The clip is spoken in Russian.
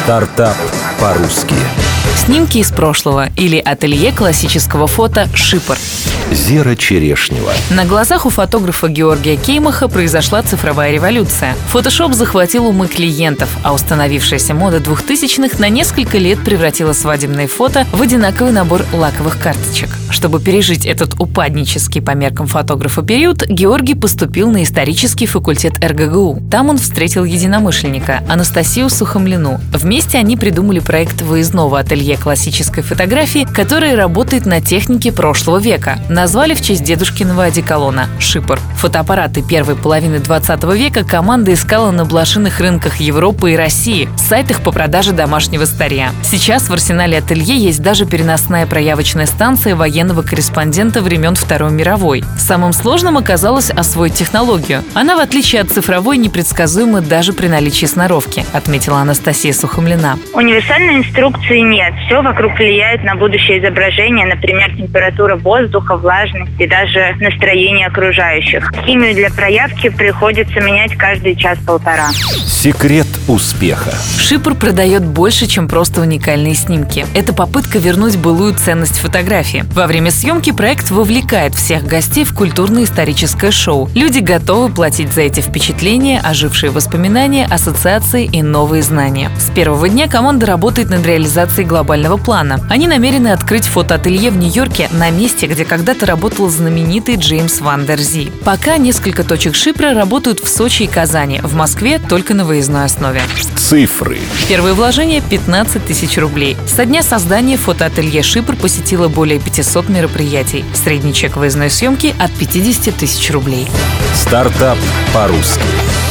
Стартап по-русски. Снимки из прошлого или ателье классического фото «Шипр». Зера Черешнева. На глазах у фотографа Георгия Кеймаха произошла цифровая революция. Фотошоп захватил умы клиентов, а установившаяся мода 2000-х на несколько лет превратила свадебные фото в одинаковый набор лаковых карточек. Чтобы пережить этот упаднический по меркам фотографа период, Георгий поступил на исторический факультет РГГУ. Там он встретил единомышленника Анастасию Сухомлину. Вместе они придумали проект выездного ателье классической фотографии, который работает на технике прошлого века. Назвали в честь дедушкиного одеколона «Шипр». Фотоаппараты первой половины 20 века команда искала на блошиных рынках Европы и России, сайтах по продаже домашнего старья. Сейчас в арсенале ателье есть даже переносная проявочная станция военного корреспондента времен Второй мировой. Самым сложным оказалось освоить технологию. Она, в отличие от цифровой, непредсказуема даже при наличии сноровки, отметила Анастасия Сухомлина. Универсальной инструкции нет. Все вокруг влияет на будущее изображение, например, температура воздуха, влажность и даже настроение окружающих. Химию для проявки приходится менять каждый час-полтора. Секрет успеха. «Шипр» продает больше, чем просто уникальные снимки. Это попытка вернуть былую ценность фотографии. Во время съемки проект вовлекает всех гостей в культурно-историческое шоу. Люди готовы платить за эти впечатления, ожившие воспоминания, ассоциации и новые знания. С первого дня команда работает над реализацией глобального плана. Они намерены открыть фотоателье в Нью-Йорке на месте, где когда-то работал знаменитый Джеймс Ван дер Зи. Пока несколько точек «Шипра» работают в Сочи и Казани, в Москве только на выездной основе. Цифры. Первое вложение – 15 тысяч рублей. Со дня создания фотоателье «Шипр» посетило более 500 мероприятий. Средний чек выездной съемки – от 50 тысяч рублей. Стартап по-русски.